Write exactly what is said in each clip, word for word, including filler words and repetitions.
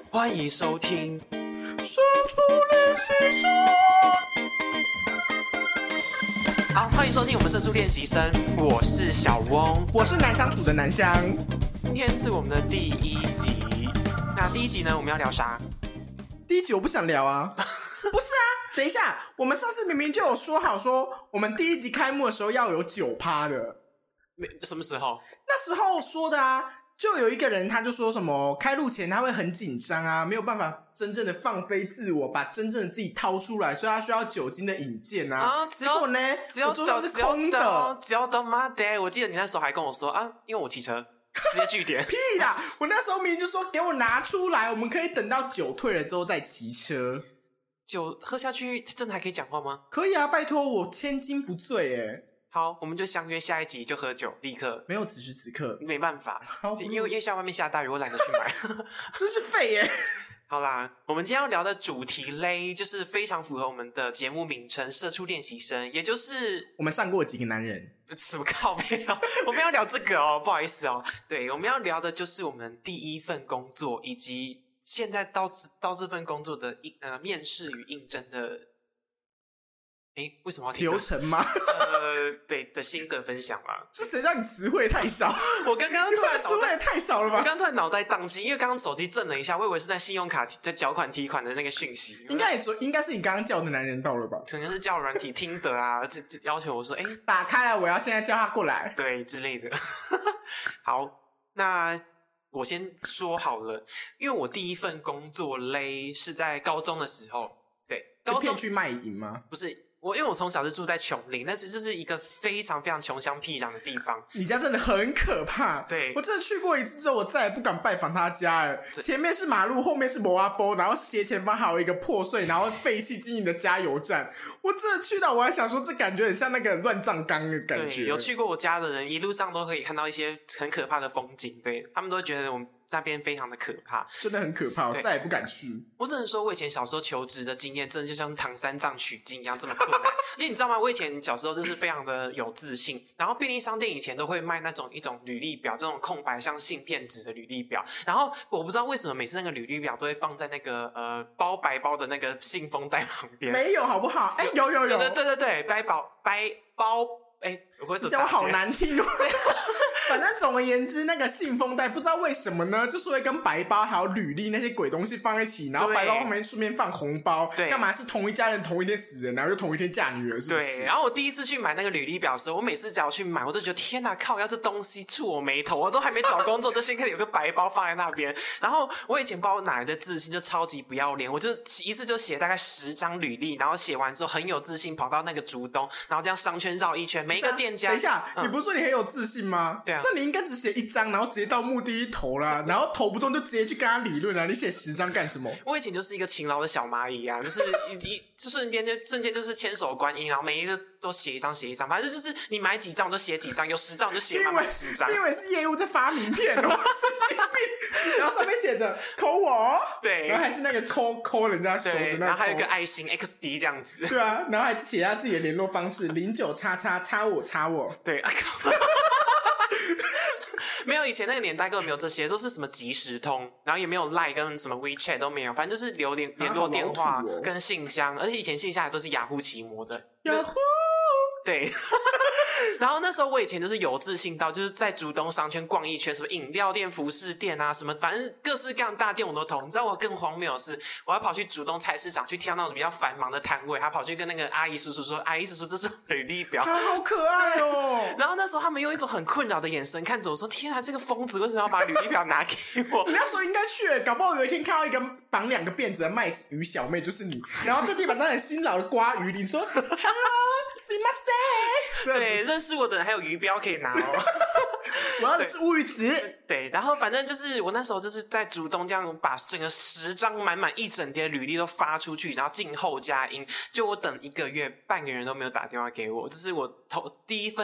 欢迎收听社畜练习生。 好，欢迎收听我们社畜练习生，我是小翁， 我是难相处的南香。 今天是我们的第一集。那第一集呢，我们要聊啥？ 第一集我不想聊啊。不是啊，等一下，我们上次明明就有说好说，我们第一集开幕的时候要有九趴的。 没，什么时候？ 那时候说的啊。就有一个人他就说什么开录前他会很紧张啊，没有办法真正的放飞自我，把真正的自己掏出来，所以他需要酒精的引荐啊。 啊结果呢， 只有我桌上是空的。 只要到妈的，我记得你那时候还跟我说啊，因为我骑车，直接据点。 屁啦！我那时候明明就说给我拿出来，我们可以等到酒退了之后再骑车。 酒喝下去真的还可以讲话吗？ 可以啊，拜托我千金不醉耶。 好，我们就相约下一集就喝酒，立刻。 没有此时此刻， 没办法，因为因为现在外面下大雨，我懒得去买。 真是废耶。 好啦，我们今天要聊的主题嘞，就是非常符合我们的节目名称“社畜练习生”，也就是我们上过几个男人。 什么靠背哦？我们要聊这个哦，不好意思哦。对，我们要聊的就是我们第一份工作，以及现在到到这份工作的呃面试与应征的。诶，为什么要听流程吗？ 呃，对的心得分享啦。 这谁让你词汇太少？ 我刚刚突然词汇也太少了吧？ 我刚刚突然脑袋宕机，因为刚刚手机震了一下，我以为是在信用卡在缴款提款的那个讯息。 应该也说，应该是你刚刚叫的男人到了吧？ 可能是叫软体听的啊，这这要求我说，哎， 打开来，我要现在叫他过来， 对之类的。好，那我先说好了，因为我第一份工作嘞是在高中的时候，对，高中去卖淫吗？ 不是。我因为我从小就住在琼林，但是这是一个非常非常穷乡僻壤的地方。 你家真的很可怕。 对， 我真的去过一次之后，我再也不敢拜访他家了。前面是马路，后面是摩阿波，然后斜前方还有一个破碎然后废弃经营的加油站。我真的去到，我还想说，这感觉很像那个乱葬岗的感觉。 对，有去过我家的人，一路上都可以看到一些很可怕的风景。对，他们都觉得我们那边非常的可怕， 真的很可怕，我再也不敢去。 我只能说，我以前小时候求职的经验，真的就像唐三藏取经一样这么困难。因为你知道吗？我以前小时候就是非常的有自信，然后便利商店以前都会卖那种一种履历表，这种空白像信片纸的履历表。然后我不知道为什么每次那个履历表都会放在那个呃包白包的那个信封袋旁边。 没有好不好？哎、欸，有有有， 对对对对，白包白包。哎、欸，我会说讲我好难听哦。反正总而言之，那个信封袋不知道为什么呢，就是会跟白包还有履历那些鬼东西放一起，然后白包后面顺便放红包，干嘛是同一家人同一天死人，然后又同一天嫁女儿，是不是？ 对。然后我第一次去买那个履历表的时候，我每次只要去买，我都觉得天哪，靠！要这东西触我眉头，我都还没找工作，就先开始有个白包放在那边。然后我以前不知道哪来的自信，就超级不要脸，我就一次就写大概十张履历，然后写完之后很有自信，跑到那个竹东，然后这样商圈绕一圈，每一个店家。 等一下，嗯、你不是说你很有自信吗？ 对啊。 那你应该只写一张，然后直接到目的地投啦，然后投不中就直接去跟他理论啊！你写十张干什么？ 我以前就是一个勤劳的小蚂蚁啊，就是一就顺便就瞬间就是千手观音，然后每一个都写一张写一张，反正就是你买几张我就写几张，有十张我就写满满十张。 你以为是业务在发名片哦？神经病！然后上面写着扣我， 对， 然后还是那个扣扣人家手指那， 然后还有一个爱心 X D 这样子。 对啊，然后还写下自己的联络方式零九叉叉叉我叉我。 对啊靠。没有，以前那个年代根本没有这些，都是什么即时通，然后也没有 Line 跟什么 WeChat 都没有，反正就是留联联络电话跟信箱，而且以前信箱还都是雅虎奇摩的。 雅虎。 对。然后那时候我以前就是有自信到，就是在竹东商圈逛一圈，什么饮料店、服饰店啊，什么反正各式各样的大店我都投。你知道我更荒谬的是，我还跑去竹东菜市场去挑那种比较繁忙的摊位，还跑去跟那个阿姨叔叔说：“阿姨叔叔，这是履历表。” 他好可爱哦。 然后那时候他们用一种很困扰的眼神看着我说：“天啊，这个疯子为什么要把履历表拿给我？” 你那时候应该去，搞不好有一天看到一个绑两个辫子的卖鱼小妹就是你，然后在地板上很辛劳的刮鱼，你说 “Hello， すいません”， 对，认识我的人还有鱼标可以拿哦。 我要的是乌鱼子。 对，然后反正就是我那时候就是在竹东这样把整个十张满满一整叠履历都发出去，然后静候佳音。就我等一个月，半个人都没有打电话给我，这是我头第一份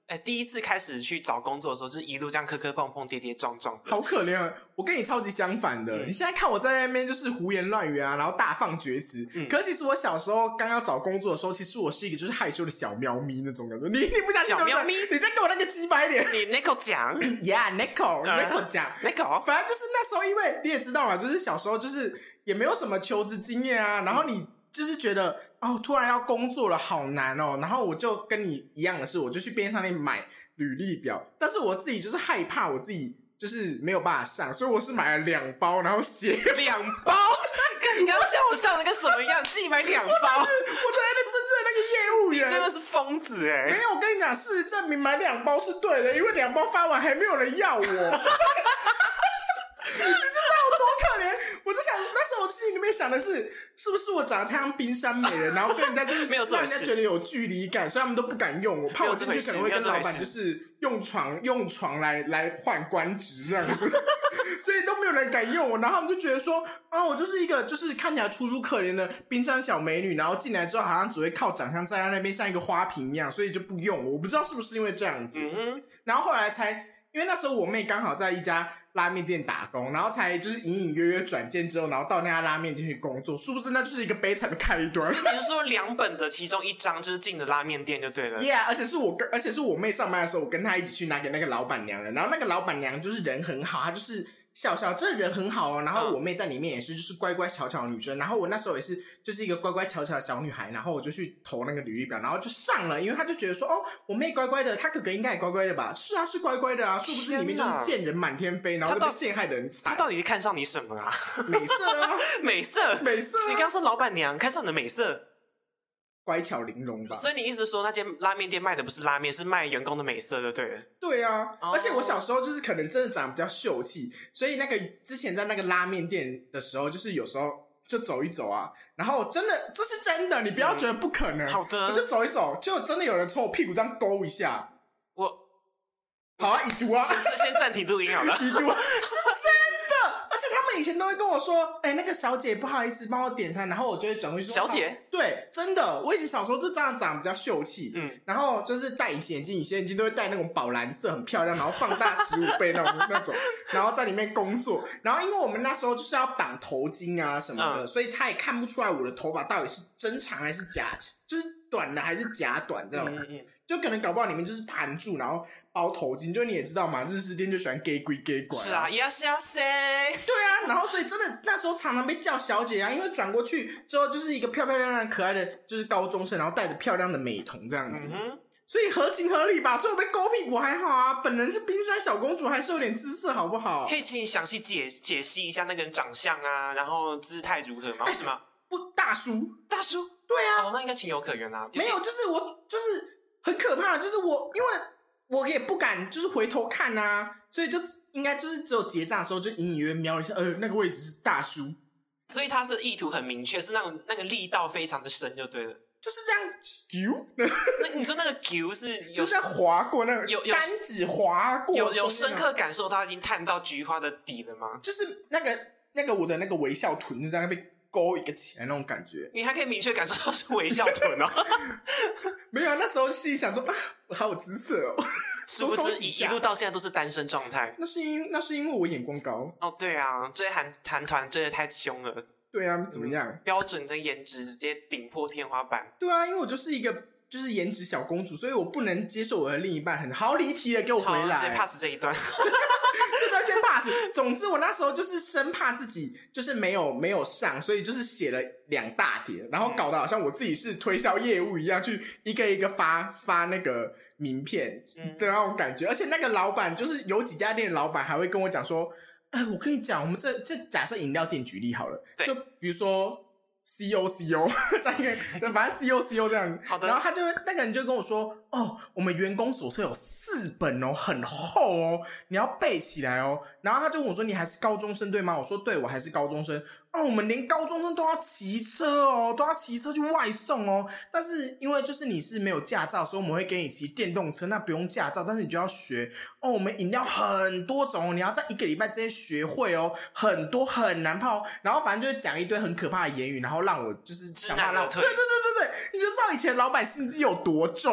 哎，第一次开始去找工作的时候，就是一路这样磕磕碰碰、跌跌撞撞的， 好可怜啊！我跟你超级相反的，嗯、你现在看我在那边就是胡言乱语啊，然后大放厥词。嗯、可是其实我小时候刚要找工作的时候，其实我是一个就是害羞的小喵咪那种感觉。你你不相信小喵咪？ 你在给我那个鸡掰脸？ 你 Nico 讲 ，Yeah Nico Nico 讲 Nico， 反正就是那时候，因为你也知道嘛，就是小时候就是也没有什么求职经验啊，然后你就是觉得哦，突然要工作了，好难哦。然后我就跟你一样的是，我就去便利商店买履历表，但是我自己就是害怕我自己就是没有办法上，所以我是买了两包，然后写两包。看你刚像我像那个什么样，自己买两包，我才是真正的那个业务员， 你真的是疯子哎、欸！ 没有，我跟你讲，事实证明买两包是对的，因为两包发完还没有人要我。你知道我多可怜？我就想那时候我心里面想的是，是不是我长得太像冰山美人，然后跟人家就是没有让人家觉得有距离感，所以他们都不敢用我，怕我进去可能会跟老板就是用床用床来来换官职这样子，所以都没有人敢用我。然后他们就觉得说啊，我就是一个就是看起来楚楚可怜的冰山小美女，然后进来之后好像只会靠长相站在那边像一个花瓶一样，所以就不用我。我不知道是不是因为这样子，嗯、然后后来才。因为那时候我妹刚好在一家拉面店打工，然后才就是隐隐约约转荐之后，然后到那家拉面店去工作，殊不知那就是一个悲惨的开端。 你是说两本的其中一张就是进的拉面店就对了 ？Yeah， 而且是我跟而且是我妹上班的时候，我跟她一起去拿给那个老板娘的，然后那个老板娘就是人很好，她就是笑笑，真的人很好哦。然后我妹在里面也是就是乖乖巧巧的女生，然后我那时候也是就是一个乖乖巧巧的小女孩，然后我就去投那个履历表，然后就上了，因为她就觉得说哦，我妹乖乖的，她哥哥应该也乖乖的吧？是啊，是乖乖的啊，殊不知里面就是贱人满天飞，然后就被陷害的人惨。 她到底是看上你什么啊？ 美色啊， 美色， 美色、啊。 你刚刚说老板娘看上你的美色。 乖巧玲珑吧， 所以你一直说那间拉面店卖的不是拉面，是卖员工的美色就对了。 对啊，哦、而且我小时候就是可能真的长得比较秀气，所以那个之前在那个拉面店的时候，就是有时候就走一走啊，然后真的这是真的，你不要觉得不可能。嗯、 好的， 我就走一走，就真的有人从我屁股这样勾一下。 我好啊，已读啊， 先先暂停录音好了。 已读啊，是真的，而且他们以前都会跟我说，哎、欸，那个小姐不好意思帮我点餐，然后我就会转过去说， 小姐， 对，真的，我以前小时候就这样长得比较秀气，嗯，然后就是戴隐形眼镜，隐形眼镜都会戴那种宝蓝色，很漂亮，然后放大十五倍那种那种，然后在里面工作，然后因为我们那时候就是要绑头巾啊什么的，嗯、所以他也看不出来我的头发到底是真长还是假，就是短的还是假短这种。嗯嗯，就可能搞不好里面就是盘住，然后包头巾，就你也知道嘛，日式店就喜欢 gay 鬼 gay 拐。 是啊，呀是啊噻。 对啊，然后所以真的那时候常常被叫小姐啊，因为转过去之后就是一个漂漂亮亮可爱的就是高中生，然后戴着漂亮的美瞳这样子。嗯，所以合情合理吧，所以我被勾屁股还好啊，本人是冰山小公主，还是有点姿色好不好？ 可以请你详细解解析一下那个人长相啊，然后姿态如何吗？为什么？ 不，大叔， 大叔， 对啊， 哦，那应该情有可原啊。 没有，就是我就是很可怕，就是我因为我也不敢就是回头看啊，所以就应该就是只有结账的时候就隐隐约约瞄一下，呃，那个位置是大叔， 所以他是意图很明确，是那种那个力道非常的深，就对了。 就是这样揪， 那你说那个揪是有就是划过那个有单指划过， 有有深刻感受到已经探到菊花的底了吗？ 就是那个那个我的那个微笑臀就在那被勾一个起来那种感觉， 你还可以明确感受到是微笑臀哦。 没有啊，那时候心里想说啊，我好有姿色哦。 殊不知一一路到现在都是单身状态。 那是因那是因为我眼光高哦，对啊，追韩韩团追得太凶了。 对啊，怎么样？ 嗯、标准的颜值直接顶破天花板。 对啊，因为我就是一个就是颜值小公主，所以我不能接受我的另一半很好离题的给我回来。 先 pass 这一段， 这段先 pass。总之，我那时候就是生怕自己就是没有没有上，所以就是写了两大叠，然后搞得好像我自己是推销业务一样，去一个一个发发那个名片的那种感觉。而且那个老板就是有几家店的老板还会跟我讲说。哎，我跟你讲，我们这这假设饮料店举例好了，就比如说 C O C O 这样一个，反正 C O C O 这样， 好的。 然后他就那个人就跟我说，哦，我们员工手册有四本哦，很厚哦，你要背起来哦。然后他就问我说，你还是高中生对吗？我说对，我还是高中生。哦，我们连高中生都要骑车哦，都要骑车去外送哦。但是因为就是你是没有驾照，所以我们会给你骑电动车，那不用驾照，但是你就要学哦。我们饮料很多种哦，你要在一个礼拜之内学会哦，很多很难泡。然后反正就是讲一堆很可怕的言语，然后让我就是想办法让我对对对对对，你就知道以前老板心机有多重。 我跟你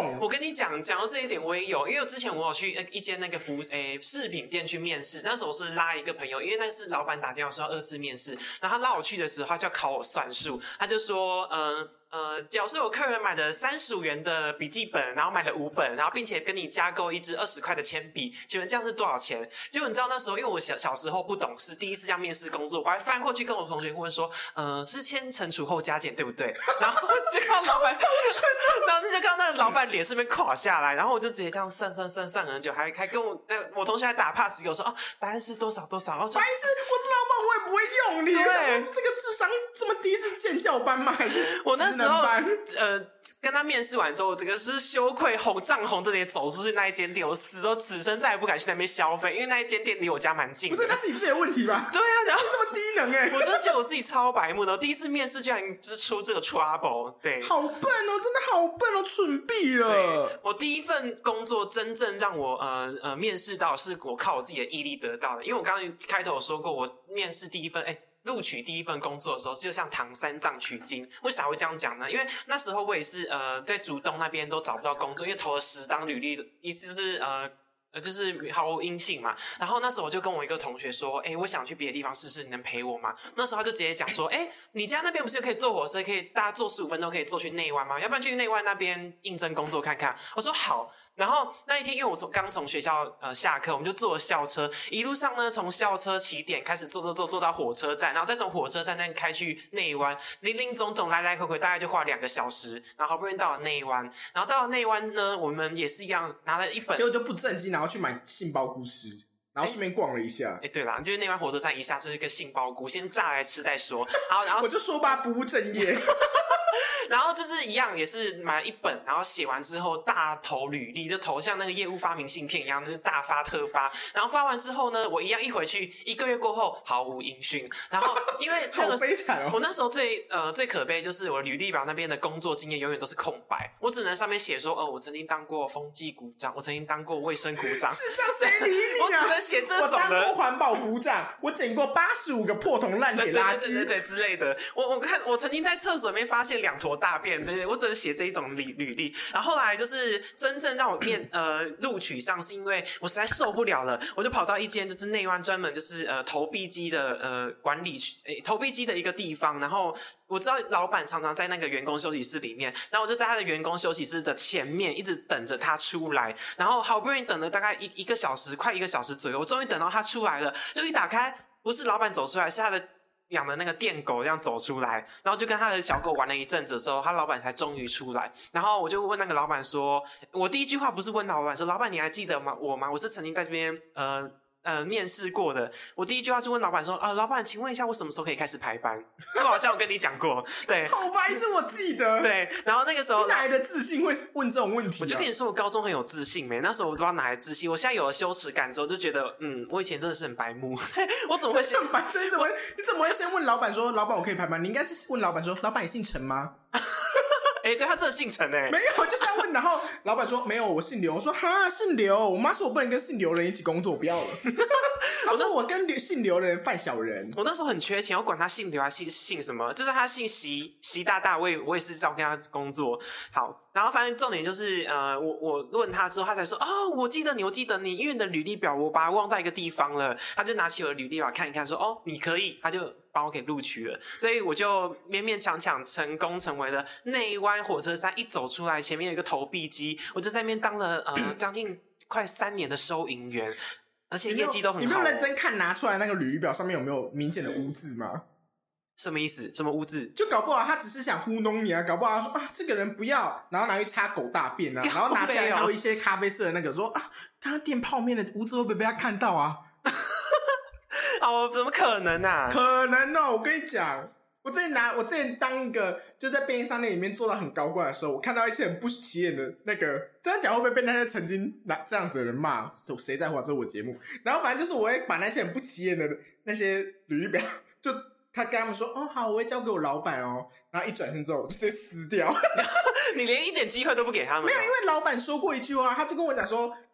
你讲讲到这一点，我也有，因为之前我有去一间那个服诶饰品店去面试，那时候是拉一个朋友，因为那是老板打电话说要二次面试，然后他拉我去的时候，他就要考我算术，他就说，嗯、呃。呃，假如说有客人买了三十五元的笔记本，然后买了五本，然后并且跟你加购一支二十块的铅笔，请问这样是多少钱？结果你知道那时候，因为我小小时候不懂事，第一次这样面试工作，我还翻过去跟我同学问说，呃，是先乘除后加减对不对？然后就看到老板，然后就看到那个老板脸是不是垮下来，然后我就直接这样算算算算很久，还还跟我那我同学还打 pass 给我说，哦，答案是多少多少？白痴， 我是老板，我也不会用你。对，这个智商这么低是建教班吗？还是我那时候呃跟他面试完之后，我整个是羞愧红涨红，这里走出去那一间店，我死都此生再也不敢去那边消费，因为那一间店离我家蛮近的。 不是，那是你自己的问题吧？ 对啊，然后这么低能哎、欸， 我真的觉得我自己超白目的。我第一次面试居然是出这个 trouble， 对， 好笨哦，真的好笨哦，蠢毙了。 我第一份工作真正让我呃呃面试到，是我靠我自己的毅力得到的，因为我刚刚开头有说过，我面试第一份哎。欸录取第一份工作的时候，就像唐三藏取经。为啥会这样讲呢？因为那时候我也是呃，在竹东那边都找不到工作，因为投了十张履历，意思就是呃呃，就是毫无音信嘛。然后那时候我就跟我一个同学说，哎，我想去别的地方试试，你能陪我吗？那时候他就直接讲说，哎，你家那边不是可以坐火车，可以大家坐十五分钟可以坐去内湾吗？要不然去内湾那边应征工作看看。我说好。然后那一天，因为我从刚从学校呃下课，我们就坐了校车，一路上呢，从校车起点开始坐坐坐坐到火车站，然后再从火车站再开去内湾，林林总总来来回回大概就花两个小时，然后好不容易到了内湾，然后到了内湾呢，我们也是一样拿了一本， 结果就不正经，然后去买杏鲍菇吃。然后顺便逛了一下， 哎，对啦，就是内湾火车站一下就是一个杏鲍菇，先炸来吃再说。好，然后我就说吧，不务正业。 然后就是一样，也是买了一本，然后写完之后大投履历，就投像那个业务发明信片一样，就是大发特发。然后发完之后呢，我一样一回去，一个月过后毫无音讯。然后因为那个好悲惨哦， 我那时候最呃最可悲就是我履历表那边的工作经验永远都是空白，我只能上面写说，哦、呃，我曾经当过风纪股长，我曾经当过卫生股长。 是这样，谁理你啊？ 我只能写这种的。 我当过环保股长，我捡过八十五个破铜烂铁垃圾， 对对对对对之类的。我我看我曾经在厕所里面发现两坨大便，对对，我只能写这一种履履历。然后后来就是真正让我面呃录取上，是因为我实在受不了了，我就跑到一间就是内湾专门就是呃投币机的呃管理诶投币机的一个地方，然后。我知道老板常常在那个员工休息室里面，然后我就在他的员工休息室的前面一直等着他出来，然后好不容易等了大概一一个小时，快一个小时左右，我终于等到他出来了，就一打开，不是老板走出来，是他的养的那个电狗这样走出来，然后就跟他的小狗玩了一阵子之后，他老板才终于出来，然后我就问那个老板说，我第一句话不是问老板说，老板你还记得吗我吗？我是曾经在这边呃。呃，面试过的，我第一句话就问老板说：“啊、呃，老板，请问一下，我什么时候可以开始排班？”就好像我跟你讲过，对， 好白痴，我记得。 对，然后那个时候哪来的自信会问这种问题、啊？ 我就跟你说，我高中很有自信没？那时候我不知道哪来的自信，我现在有了羞耻感之后，就觉得，嗯，我以前真的是很白目，我怎么会先很白痴？你怎么会？你怎么会先问老板说：“老板，我可以排班？”你应该是问老板说：“老板，你姓陈吗？” 哎、欸，对他真的姓陈哎、欸， 没有，就是要问，然后老板说没有，我姓刘。我说哈，姓刘。我妈说我不能跟姓刘的人一起工作，我不要了。我说我跟姓刘的人犯小人。 我那时候很缺钱，我管他姓刘还姓姓什么，就是他姓习习大大，我也我也是照跟他工作。好。然后反正重点就是呃，我我问他之后，他才说哦，我记得你，我记得你，因为你的履历表我把它忘在一个地方了。他就拿起我的履历表看一看，说哦，你可以，他就把我给录取了。所以我就勉勉强强成功成为了内湾火车站一走出来，前面有一个投币机，我就在那边当了呃将近快三年的收银员，而且业绩都很好、哦。 你没有认真看拿出来那个履历表上面有没有明显的污渍吗？ 什么意思？什么污渍？ 就搞不好他只是想糊弄你啊！搞不好他说啊，这个人不要，然后拿去擦狗大便啊，然后拿起来还有一些咖啡色的那个，说啊，刚刚垫泡面的污渍会不会被他看到啊？ 哦，怎么可能啊？ 可能哦！我跟你讲，我之前拿我之前当一个就在便利商店里面做到很高贵的时候，我看到一些很不起眼的那个，这样讲会不会被那些曾经拿这样子的人骂？谁在乎啊？这是我节目。然后反正就是我会把那些很不起眼的那些履历表就。他跟他们说：“哦，好，我会交给我老板哦。”然后一转身之后，我就直接撕掉。 你连一点机会都不给他们？ 没有，因为老板说过一句话，他就跟我讲说：“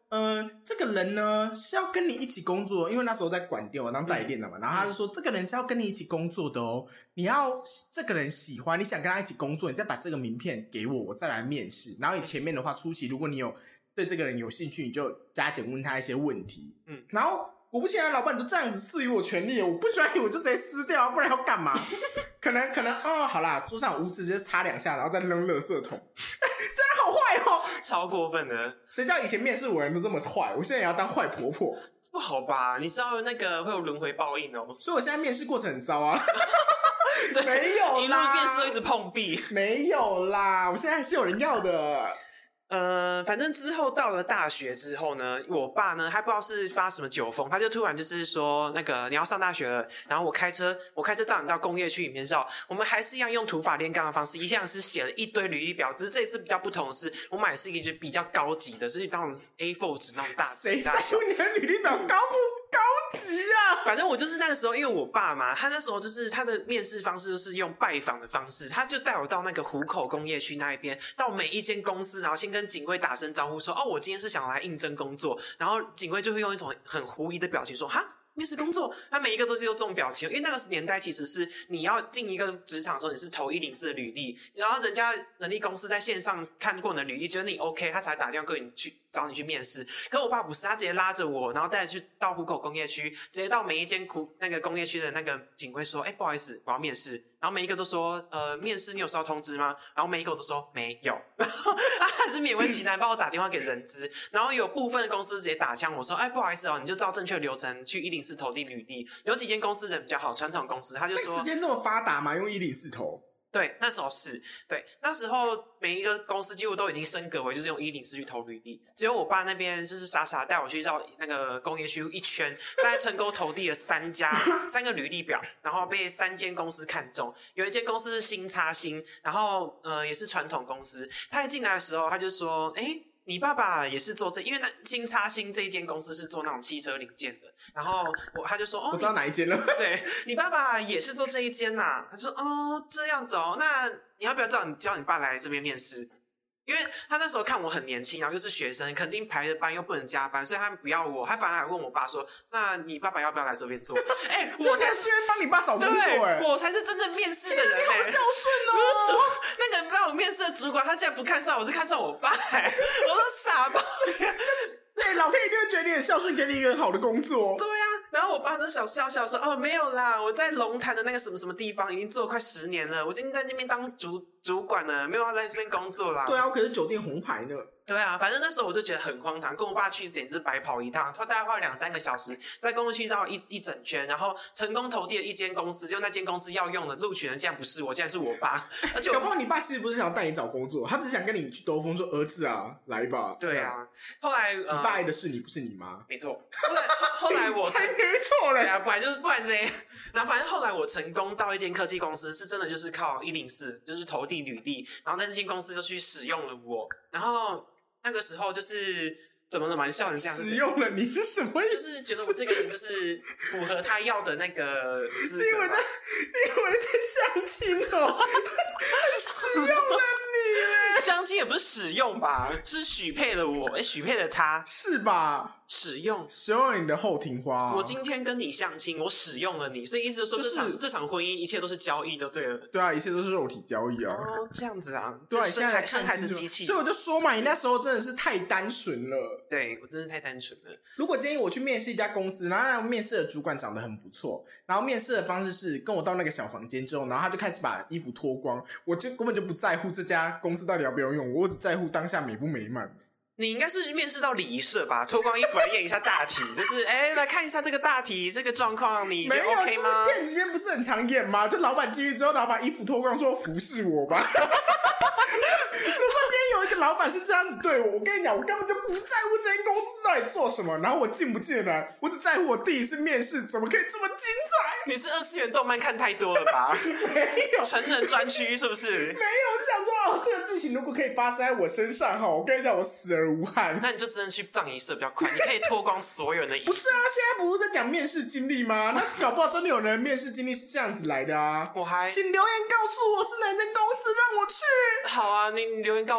嗯、呃，这个人呢是要跟你一起工作，因为那时候在管店我当代理店的嘛，然后他就说、嗯、这个人是要跟你一起工作的哦，你要这个人喜欢，你想跟他一起工作，你再把这个名片给我，我再来面试。然后你前面的话初期如果你有对这个人有兴趣，你就加减问他一些问题，嗯，然后果不其然老板都这样子赐予我权利，我不喜欢你我就直接撕掉，不然要干嘛？可能可能哦，好啦，桌上有污渍直接擦两下，然后再扔垃圾桶。真的好坏哦， 超过分的。谁叫以前面试我人都这么坏，我现在也要当坏婆婆？ 不好吧？你知道那个会有轮回报应哦。 所以我现在面试过程很糟啊。没有啦， 一路面试一直碰壁。 没有啦，我现在还是有人要的。 呃，反正之后到了大学之后呢，我爸呢，他不知道是发什么酒疯，他就突然就是说，那个你要上大学了，然后我开车，我开车载你到工业区里面绕，我们还是一样用土法炼钢的方式，一样是写了一堆履历表，只是这一次比较不同的是，我买的是一个比较高级的，就是那种 A 四 纸那种大纸。 谁在乎你的履历表高不高级啊？ 反正我就是那个时候，因为我爸嘛，他那时候就是他的面试方式就是用拜访的方式，他就带我到那个湖口工业区那一边，到每一间公司，然后先跟警卫打声招呼说，哦，我今天是想来应征工作，然后警卫就会用一种很狐疑的表情说，哈，面试工作，他每一个都是用这种表情，因为那个年代其实是你要进一个职场的时候，你是投一零四的履历，然后人家人力公司在线上看过你的履历，觉得你 OK， 他才打电话跟你去找你去面试。可我爸不是，他直接拉着我，然后带着去到湖口工业区，直接到每一间那个工业区的那个警卫说，哎，不好意思，我要面试。然后每一个都说，呃，面试你有收到通知吗？然后每一个都说没有，然后他还是勉为其难帮我打电话给人资。然后有部分的公司直接打枪我说，哎，不好意思哦，你就照正确的流程去一零四投递履历。有几间公司人比较好，传统公司他就说， 时间这么发达吗？用一零四投？ 对，那时候是对，那时候每一个公司几乎都已经升格为就是用一零四去投履历，只有我爸那边就是傻傻带我去绕那个工业区一圈，大概成功投递了三家三个履历表，然后被三间公司看中，有一间公司是新插新，然后呃也是传统公司，他一进来的时候他就说，哎，你爸爸也是做这，因为那新插新这一间公司是做那种汽车零件的，然后我他就说，哦， 我知道哪一间了。 对，你爸爸也是做这一间呐、啊。他说，哦，这样子哦，那你要不要叫你叫你爸来这边面试？因为他那时候看我很年轻，然后又是学生，肯定排着班又不能加班，所以他不要我，他反而还问我爸说，那你爸爸要不要来这边做？哎、欸，我才是帮你爸找工作、欸，哎， 我才是真正面试的人、欸， 你好孝顺哦。 那个让我面试的主管，他竟然不看上我，是看上我爸、欸，我都傻爆。 对，老天一定会觉得你很孝顺，给你一个很好的工作。 对啊，然后我爸都小笑笑说，哦，没有啦，我在龙潭的那个什么什么地方已经做了快十年了，我今天在那边当主主管了，没有要在这边工作啦。 对啊，我可是酒店红牌呢。 对啊，反正那时候我就觉得很荒唐，跟我爸去简直白跑一趟，他大概花了两三个小时，在公园区绕一一整圈，然后成功投递了一间公司，就那间公司要用的录取人竟然不是我，竟然是我爸，而且搞不好你爸其实不是想要带你找工作，他只是想跟你去兜风，说儿子啊，来吧。 对啊，后来、呃、 你爸爱的是你，不是你妈。 没错。后来后来我还没错嘞， 对啊，不然就是不然嘞。然后反正后来我成功到一间科技公司，是真的就是靠一零四，就是投递履历，然后那间公司就去使用了我，然后。那个时候就是怎么了嘛？笑成这样， 使用了你是什么意思？ 就是觉得我这个人就是符合他要的那个资格。你以为在你以为在相亲哦？使用了你， 相亲也不是使用吧？是许配了我，哎，许配了他， 是吧？ 使用使用了你的后庭花、啊。 我今天跟你相亲，我使用了你，所以意思就是说这场、就是、这场婚姻一切都是交易的，对了。 对啊，一切都是肉体交易啊。 哦，这样子啊。 对啊， 你现在生孩子机器。 所以我就说嘛，你那时候真的是太单纯了。 对，我真是太单纯了。 如果今天我去面试一家公司，然后那面试的主管长得很不错，然后面试的方式是跟我到那个小房间之后，然后他就开始把衣服脱光，我就根本就不在乎这家公司到底要不要用我，我只在乎当下美不美满。 你应该是面试到礼仪社吧，脱光衣服来验一下大体，就是哎、欸，来看一下这个大体这个状况，你觉得 OK 吗？ 就是片子里面不是很常演吗？就老板进去之后，然后把衣服脱光，说服侍我吧。如果今天有一个老板是这样子对我，我跟你讲，我根本就不在乎这间公司到底做什么，然后我进不进来，我只在乎我第一次面试怎么可以这么精彩。 你是二次元动漫看太多了吧？ 没有， 成人专区是不是？ 没有，就想说哦，这个剧情如果可以发生在我身上哈，我跟你讲，我死而无憾。 那你就真的去葬仪社比较快，你可以脱光所有人的衣服。 不是啊，现在不是在讲面试经历吗？那搞不好真的有人面试经历是这样子来的啊。 我还请留言告诉我是哪间公司让我去。 好啊，你留言告诉我，我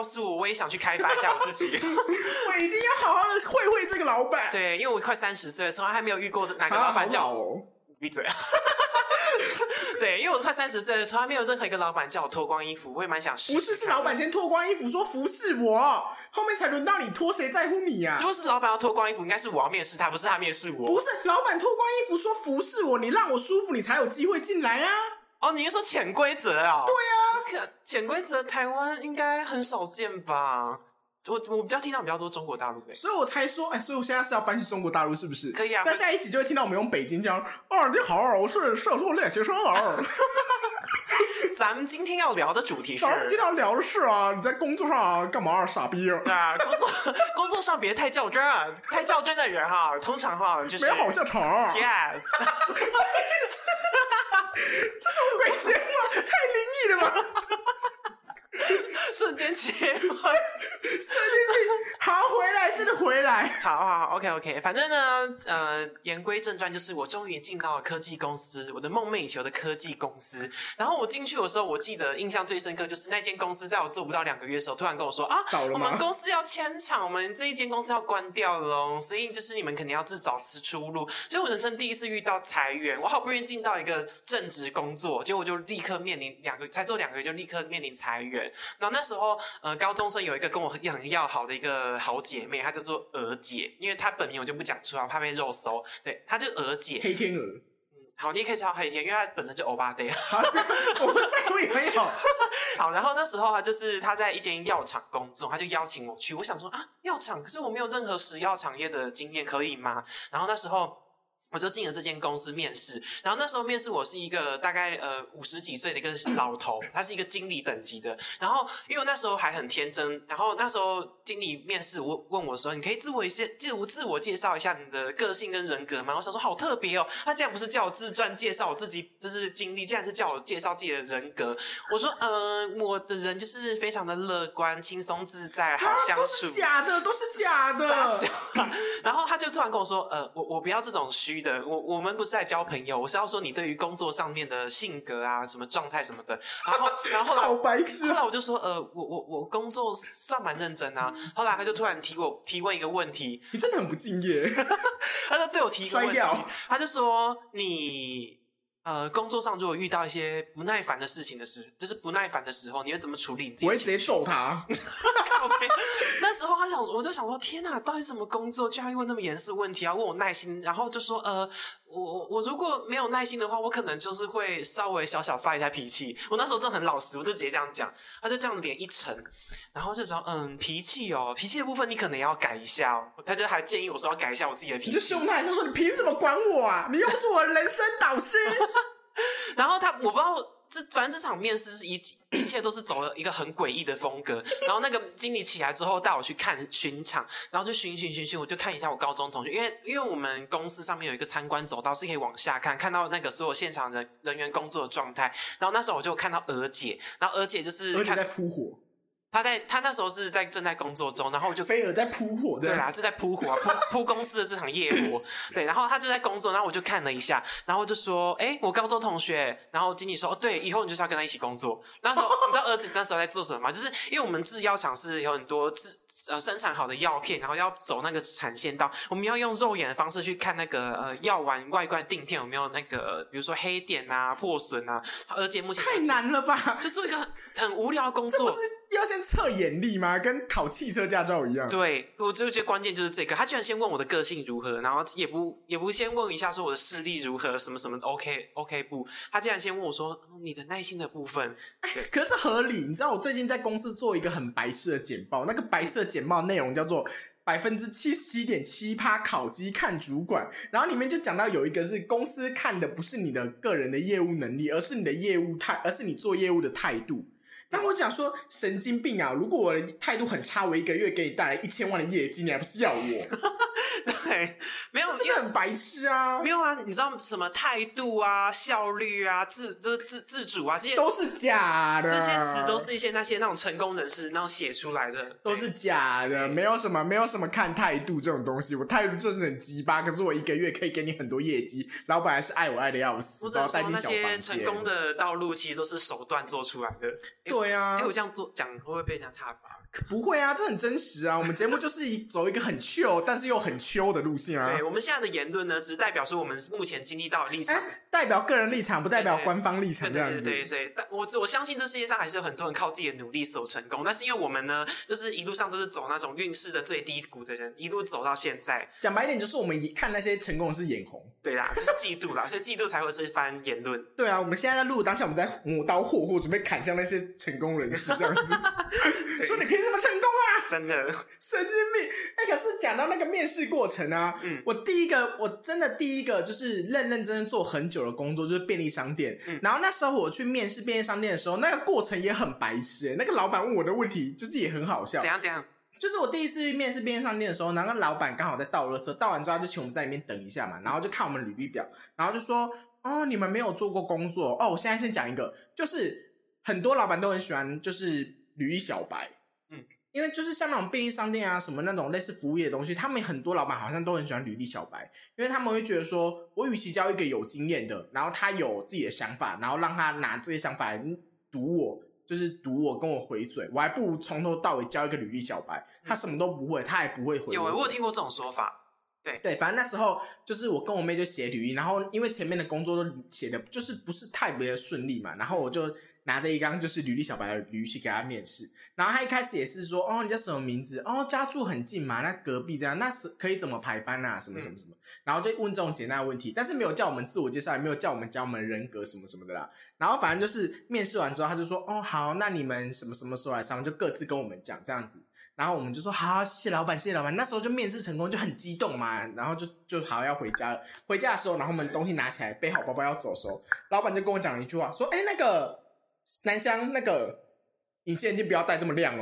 也想去开发一下我自己。 我一定要好好的会会这个老板。 对，因为我快三十岁了，从来还没有遇过哪个老板叫我、 哦、 闭嘴。对，因为我快三十岁了，从来没有任何一个老板叫我脱光衣服，我也蛮想试。 不是，是老板先脱光衣服说服侍我，后面才轮到你脱，谁在乎你啊？ 如果是老板要脱光衣服，应该是我要面试他，不是他面试我。 不是，老板脱光衣服说服侍我，你让我舒服，你才有机会进来啊。 哦，你是说潜规则啊？ 对啊，潜规则台湾应该很少见吧？我我比较听到比较多中国大陆的， 所以我才说，哎，所以我现在是要搬去中国大陆，是不是？ 可以啊。 那下一集就会听到我们用北京腔。哦，你好，我是社畜练习生儿。 咱们今天要聊的主题是， 咱们今天要聊的是啊，你在工作上、啊、干嘛、啊？傻逼！ 对啊，工作工作上别太较真啊，太较真的人哈、啊，通常哈、啊、就是没好下场。 Yes。 这什么鬼节目？太灵异了吧！ 瞬间切换， 神经病！好，回来，真的回来。 好好好 ，OK OK， 反正呢，呃，言归正传，就是我终于进到了科技公司，我的梦寐以求的科技公司。然后我进去的时候，我记得印象最深刻就是那间公司，在我做不到两个月的时候，突然跟我说啊，我们公司要迁厂，我们这一间公司要关掉了哦，所以就是你们肯定要自找出路。所以我人生第一次遇到裁员，我好不容易进到一个正职工作，结果我就立刻面临两个，才做两个月就立刻面临裁员。然后那时候，呃，高中生有一个跟我很很要好的一个好姐妹，她叫做娥姐，因为她本名我就不讲出来，我怕被肉搜。对，她就娥姐， 黑天鹅。 嗯，好，你也可以叫黑天，因为她本身就欧巴 day。 好，我不在乎也没有。 好，然后那时候啊，就是她在一间药厂工作，她就邀请我去。我想说啊，药厂，可是我没有任何食药产业的经验，可以吗？然后那时候。我就进了这间公司面试，然后那时候面试我是一个大概呃五十几岁的一个老头，他是一个经理等级的。然后因为我那时候还很天真，然后那时候经理面试我问我说：“你可以自我一些自我自我介绍一下你的个性跟人格吗？”我想说好特别哦，他竟然不是叫我自传介绍我自己就是经历，竟然是叫我介绍自己的人格。我说：“呃，我的人就是非常的乐观、轻松自在、好相处。” 都是假的，都是假的。 然后他就突然跟我说：“呃，我我不要这种虚。”的，我我们不是在交朋友，我是要说你对于工作上面的性格啊，什么状态什么的。然后，然后后来， 好白痴。 后来我就说，呃，我我我工作算蛮认真啊。后来他就突然提我提问一个问题， 你真的很不敬业。 他就对我提一个问题， 摔掉。 他就说你。呃，工作上如果遇到一些不耐烦的事情的时，就是不耐烦的时候，你会怎么处理你自己？ 我会直接揍他。 那时候他想，我就想说，天哪，到底什么工作居然问那么严肃问题啊？问我耐心，然后就说，呃，我我如果没有耐心的话，我可能就是会稍微小小发一下脾气。我那时候真的很老实，我就直接这样讲。他就这样脸一沉，然后就说，嗯，脾气哦，脾气的部分你可能要改一下哦。他就还建议我说要改一下我自己的脾气。 你就凶他，就说你凭什么管我啊？你又不是我的人生导师。 然后他，我不知道，这反正这场面试是一一切都是走了一个很诡异的风格。然后那个经理起来之后带我去看巡场，然后就巡巡巡巡，我就看一下我高中同学，因为因为我们公司上面有一个参观走道是可以往下看，看到那个所有现场人人员工作的状态。然后那时候我就看到娥姐，然后娥姐就是娥姐在扑火。 他在他那时候是在正在工作中，然后我就菲尔在扑火， 对啦，是在扑火啊，扑扑公司的这场业火，对，然后他就在工作，然后我就看了一下，然后就说，哎，我高中同学，然后经理说，哦，对，以后你就是要跟他一起工作。那时候你知道儿子那时候在做什么吗？就是因为我们制药厂是有很多制呃生产好的药片，然后要走那个产线道，我们要用肉眼的方式去看那个呃药丸外观定片有没有那个，比如说黑点啊、破损啊。儿姐目前太难了吧？ 就做一个很很无聊的工作， 这不是要先测眼力吗？跟考汽车驾照一样。 对，我就觉得关键就是这个。他居然先问我的个性如何，然后也不也不先问一下说我的视力如何，什么什么 OK OK 不，他竟然先问我说你的耐心的部分。 可是这合理，你知道我最近在公司做一个很白痴的简报，那个白痴的简报内容叫做百分之七十七点七趴考绩看主管，然后里面就讲到有一个是公司看的不是你的个人的业务能力，而是你的业务态，而是你做业务的态度。那我讲说神经病啊！如果我的态度很差，我一个月给你带来一千万的业绩，你还不是要我？ 对，没有， 这真的很白痴啊！ 没有啊，你知道什么态度啊、效率啊、自就是自自主啊，这些都是假的， 这些词都是一些那些那种成功人士那种写出来的， 都是假的，没有什么没有什么看态度这种东西。我态度就是很鸡巴，可是我一个月可以给你很多业绩，老板还是爱我爱的要死， 不是说那些成功的道路其实都是手段做出来的。 对啊， 哎、欸，我这样做讲会不会被人家挞伐？ 不会啊，这很真实啊。我们节目就是走一个很 chill 但是又很秋的路线啊。 对，我们现在的言论呢，只是代表说我们目前经历到的立场、 欸，代表个人立场，不代表官方立场这样子。 对对对对，但我我相信这世界上还是有很多人靠自己的努力所成功，但是因为我们呢，就是一路上都是走那种运势的最低谷的人，一路走到现在。 讲白一点，就是我们看那些成功的是眼红。 对啦，就是嫉妒啦，所以嫉妒才会有这番言论。 对啊，我们现在在录当下，我们在磨刀霍霍，准备砍向那些成功人士这样子，说你凭什么成功啊？ 真的神经病！哎、欸，可是讲到那个面试过程啊，嗯，我第一个，我真的第一个就是认认真真做很久的工作，就是便利商店。嗯，然后那时候我去面试便利商店的时候，那个过程也很白痴、欸。那个老板问我的问题，就是也很好笑。 怎样怎样？ 就是我第一次去面试便利商店的时候，然后老板刚好在倒垃圾，倒完之后他就请我们在里面等一下嘛，然后就看我们履历表，然后就说：“哦，你们没有做过工作哦。”我现在先讲一个，就是很多老板都很喜欢，就是履历小白。因为就是像那种便利商店啊，什么那种类似服务业的东西，他们很多老板好像都很喜欢履历小白，因为他们会觉得说，我与其教一个有经验的，然后他有自己的想法，然后让他拿这些想法来读我，就是读我跟我回嘴，我还不如从头到尾教一个履历小白，他什么都不会，他也不会回我。 有，我有听过这种说法。对对，反正那时候就是我跟我妹就写履历，然后因为前面的工作都写的就是不是特别的顺利嘛，然后我就拿着一张就是履历小白的履历去给他面试，然后他一开始也是说，哦，你叫什么名字？哦，家住很近嘛，那隔壁这样，那是可以怎么排班啊？什么什么什么，嗯、然后就问这种简单的问题，但是没有叫我们自我介绍，也没有叫我们讲我们人格什么什么的啦。然后反正就是面试完之后，他就说，哦，好，那你们什么什么时候来上，就各自跟我们讲这样子。然后我们就说好，谢谢老板，谢谢老板。那时候就面试成功，就很激动嘛，然后就就好要回家了。回家的时候，然后我们东西拿起来，背好包包要走的时候，老板就跟我讲了一句话，说：“哎，那个南湘，那个隐形眼镜不要戴这么亮哦。”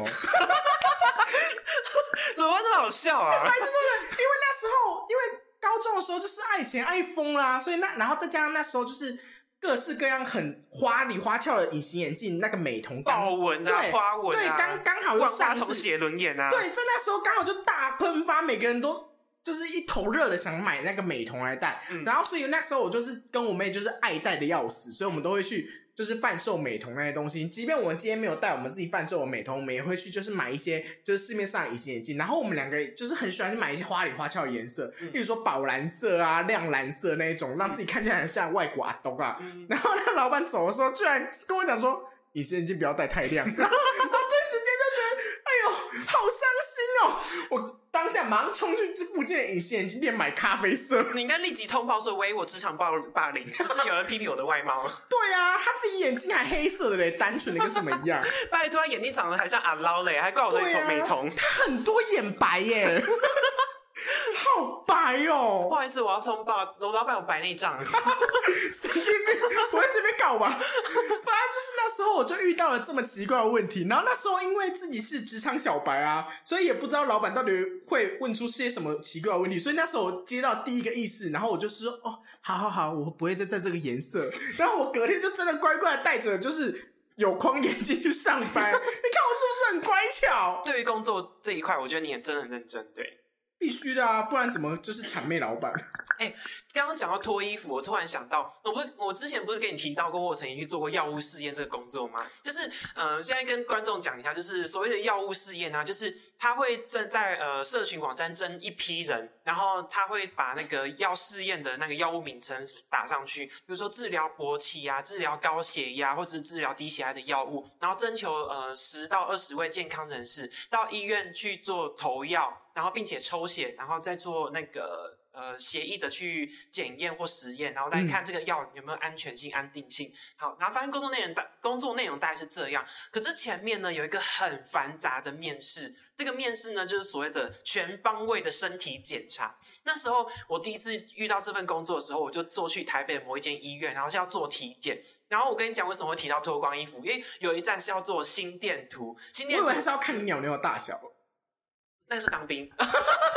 怎么会那么好笑啊？ 白痴真的，因为那时候，因为高中的时候就是爱钱爱疯啦，所以那然后再加上那时候就是各式各样很花里花俏的隐形眼镜，那个美瞳豹纹啊，花纹啊， 对，刚刚好又上市， 写轮眼啊， 对，在那时候刚好就大喷发，每个人都就是一头热的想买那个美瞳来戴，嗯、然后所以那时候我就是跟我妹就是爱戴的要死，所以我们都会去就是贩售美瞳那些东西，即便我们今天没有带我们自己贩售的美瞳，我们也会去就是买一些就是市面上的隐形眼镜，然后我们两个就是很喜欢去买一些花里花俏的颜色，嗯、例如说宝蓝色啊、亮蓝色那一种，让自己看起来很像外国阿东啊。嗯、然后那老板走的时候，居然跟我讲说：“隐形眼镜不要戴太亮。”然后我顿时间就觉得，哎呦，好伤心哦！我当下马上冲去附近的隐形眼镜店买咖啡色。 你应该立即通报说：“喂，我职场霸霸凌，就是有人批评我的外貌。” 对啊，他自己眼睛还黑色的嘞，单纯的跟什么一样？ 拜托，他眼睛长得还像阿捞嘞，还怪我的美瞳。 他很多眼白耶。好白哦！ 不好意思，我要通报，我老板有白内障。 神经病，我会随便搞吧。反正就是那时候我就遇到了这么奇怪的问题，然后那时候因为自己是职场小白啊，所以也不知道老板到底会问出些什么奇怪的问题，所以那时候我接到第一个意识，然后我就说哦，好好好，我不会再戴这个颜色。然后我隔天就真的乖乖的戴着就是有框眼镜去上班。你看我是不是很乖巧？ 对于工作这一块，我觉得你也真的很认真，对。 必须的啊，不然怎么就是谄媚老板？ 哎、欸，刚刚讲到脱衣服，我突然想到，我不是我之前不是跟你提到过，我曾经去做过药物试验这个工作吗？就是呃，现在跟观众讲一下，就是所谓的药物试验啊，就是他会正在呃社群网站征一批人，然后他会把那个要试验的那个药物名称打上去，比如说治疗勃起啊、治疗高血压或者是治疗低血压的药物，然后征求呃十到二十位健康人士到医院去做投药。然后并且抽血，然后再做那个呃协议的去检验或实验，然后来看这个药有没有安全性、安定性。好，然后发现工作内容大工作内容大概是这样。可是前面呢有一个很繁杂的面试，这个面试呢就是所谓的全方位的身体检查。那时候我第一次遇到这份工作的时候，我就坐去台北某一间医院，然后是要做体检。然后我跟你讲为什么会提到脱光衣服，因为有一站是要做心电图。心电图我以为是要看你鸟鸟的大小。 那是当兵，当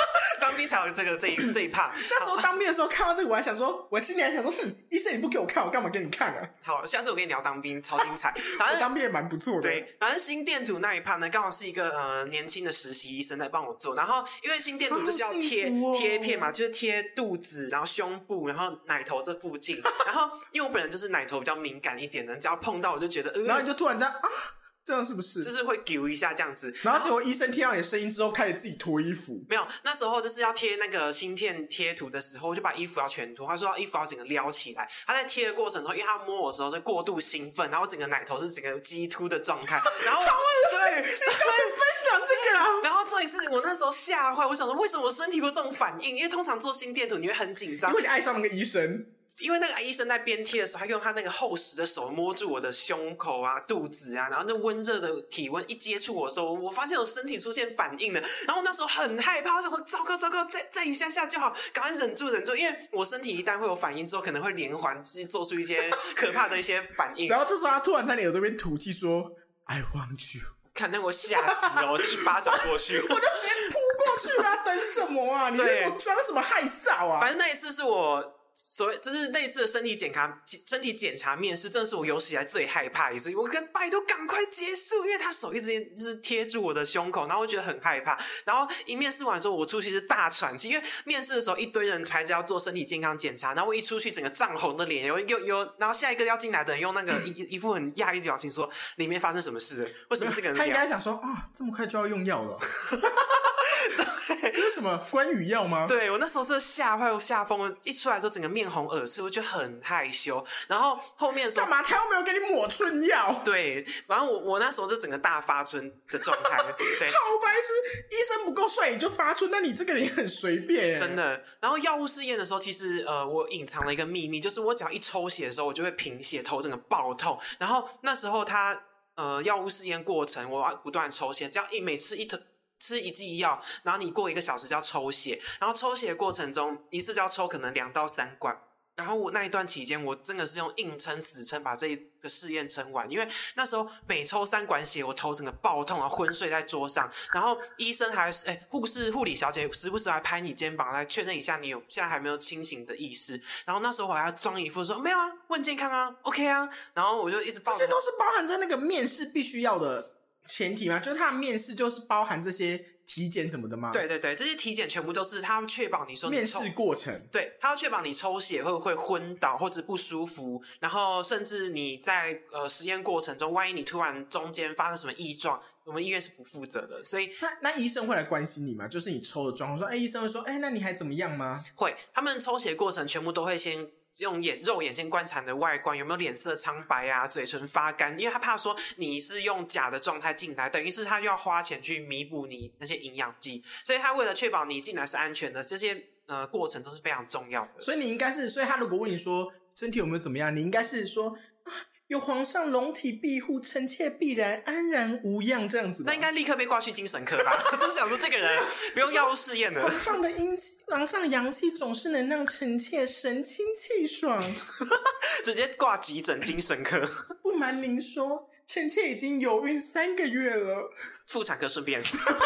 当兵才有这个这一这一趴。 那时候当兵的时候看到这个，我还想说，我心里还想说，哼，医生你不给我看，我干嘛给你看啊？ 好，下次我跟你聊当兵，超精彩。反正当兵也蛮不错的。 对，反正心电图那一趴呢，刚好是一个呃年轻的实习医生在帮我做。然后因为心电图就是要贴贴、哦、片嘛，就是贴肚子，然后胸部，然后奶头这附近。然后因为我本人就是奶头比较敏感一点的，只要碰到我就觉得，呃、 然后你就突然这样啊。这样是不是就是会丢一下这样子？ 然后结果医生听到你的声音之后，开始自己脱衣服。 没有，那时候就是要贴那个心电贴图的时候，我就把衣服要全脱。他说衣服要整个撩起来。他在贴的过程中，因为他摸我的时候是过度兴奋，然后整个奶头是整个激凸的状态。然后对， 你跟我分享这个啊。 然后这一次我那时候吓坏，我想说为什么我身体会有这种反应？因为通常做心电图你会很紧张， 因为你爱上那个医生。 因为那个医生在边贴的时候，他用他那个厚实的手摸住我的胸口啊、肚子啊，然后那温热的体温一接触我的时候，我发现我身体出现反应了。然后那时候很害怕，我想说糟糕糟糕，再再一下下就好，赶快忍住忍住，因为我身体一旦会有反应之后，可能会连环做出一些可怕的一些反应。 然后这时候他突然在你耳朵边吐气说 ：“I want you。” 看让我吓死哦！我是一巴掌过去， 我就直接扑过去啊！等什么啊？你在给我装什么害臊啊？ 反正那一次是我。所谓就是那次的身体检查，身体检查面试，正是我有史以来最害怕一次。我跟拜托赶快结束，因为他手一直就是贴住我的胸口，然后我觉得很害怕。然后一面试完的时候，我出去是大喘气，因为面试的时候一堆人排着要做身体健康检查，然后我一出去整个涨红的脸，有有有，然后下一个要进来的人用那个一一副很讶异的表情说：“里面发生什么事了？为什么这个人？” 他应该想说：“啊，这么快就要用药了。”对，这是什么关羽药吗？ 对，我那时候真的吓坏，我吓疯了。一出来之后，整个面红耳赤，我就很害羞。然后后面的时候， 干嘛？他又没有给你抹春药。 对，然后我我那时候就整个大发春的状态。对， 好白痴！医生不够帅你就发春，那你这个人也很随便， 真的。然后药物试验的时候，其实呃，我隐藏了一个秘密，就是我只要一抽血的时候，我就会贫血，头整个爆痛。然后那时候他呃药物试验过程，我要不断抽血，只要一每次一头。吃一剂药，然后你过一个小时就要抽血，然后抽血的过程中一次就要抽可能两到三罐，然后我那一段期间我真的是用硬撑死撑把这一个试验撑完，因为那时候每抽三管血我头整个爆痛，然后昏睡在桌上，然后医生还哎护士护理小姐时不时还拍你肩膀来确认一下你有现在还没有清醒的意识，然后那时候我还要装一副说没有啊，我很健康啊 OK 啊，然后我就一直抱着， 这些都是包含在那个面试必须要的前提嘛，就是他的面试就是包含这些体检什么的吗？ 对对对，这些体检全部都是他要确保你说你面试过程， 对，他要确保你抽血会不会昏倒或者不舒服，然后甚至你在呃实验过程中，万一你突然中间发生什么异状，我们医院是不负责的，所以那那医生会来关心你吗？就是你抽的状况，说，哎，医生会说，哎，那你还怎么样吗？ 会，他们抽血过程全部都会先。用眼肉眼先观察你的外观有没有脸色苍白啊，嘴唇发干，因为他怕说你是用假的状态进来，等于是他又要花钱去弥补你那些营养剂，所以他为了确保你进来是安全的，这些呃过程都是非常重要的。 所以你应该是，所以他如果问你说身体有没有怎么样，你应该是说啊，有皇上龙体庇护，臣妾必然安然无恙这样子吧。 那应该立刻被挂去精神科吧？就是想说这个人不用药物试验了。 皇上的阴气，皇上阳气总是能让臣妾神清气爽， 直接挂急诊精神科。 不瞒您说，臣妾已经有孕三个月了， 妇产科顺便。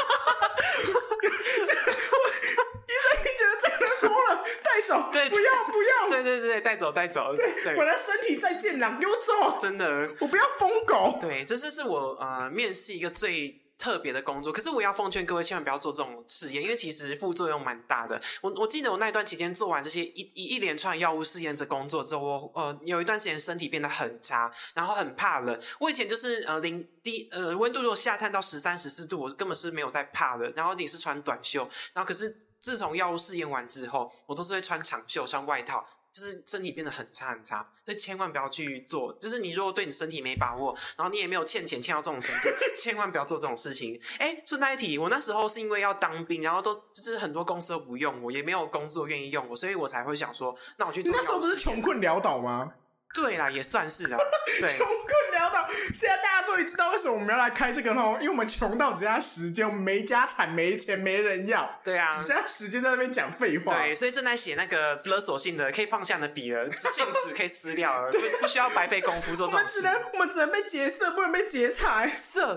医生，你觉得这个人疯了，带走， 对， 不要不要， 对对对，带走带走， 对，对本来身体在健朗，给我走， 真的， 我不要疯狗。 对，这是是我呃面试一个最特别的工作，可是我也要奉劝各位千万不要做这种试验，因为其实副作用蛮大的。我我记得我那段期间做完这些一一一连串药物试验这工作之后，我呃有一段时间身体变得很差，然后很怕冷。我以前就是呃零低呃温度如果下探到十三十四度，我根本是没有在怕的，然后也是穿短袖，然后可是自从药物试验完之后，我都是会穿长袖穿外套，就是身体变得很差很差，所以千万不要去做。就是你如果对你身体没把握，然后你也没有欠钱欠到这种程度，千万不要做这种事情。哎，顺带一提，我那时候是因为要当兵，然后都就是很多公司都不用我，也没有工作愿意用我，所以我才会想说，那我去做。 你那时候不是穷困潦倒吗？ 对啦，也算是啦。对， 穷困潦倒。现在大家终于知道为什么我们要来开这个咯，因为我们穷到只剩下时间，我们没家产、没钱、没人要。 对啊， 只剩下时间在那边讲废话。 对，所以正在写那个勒索信的，可以放下你的笔了，信纸可以撕掉了，不不需要白费功夫做这种事。 我们只能我们只能被劫色，不能被劫财。 色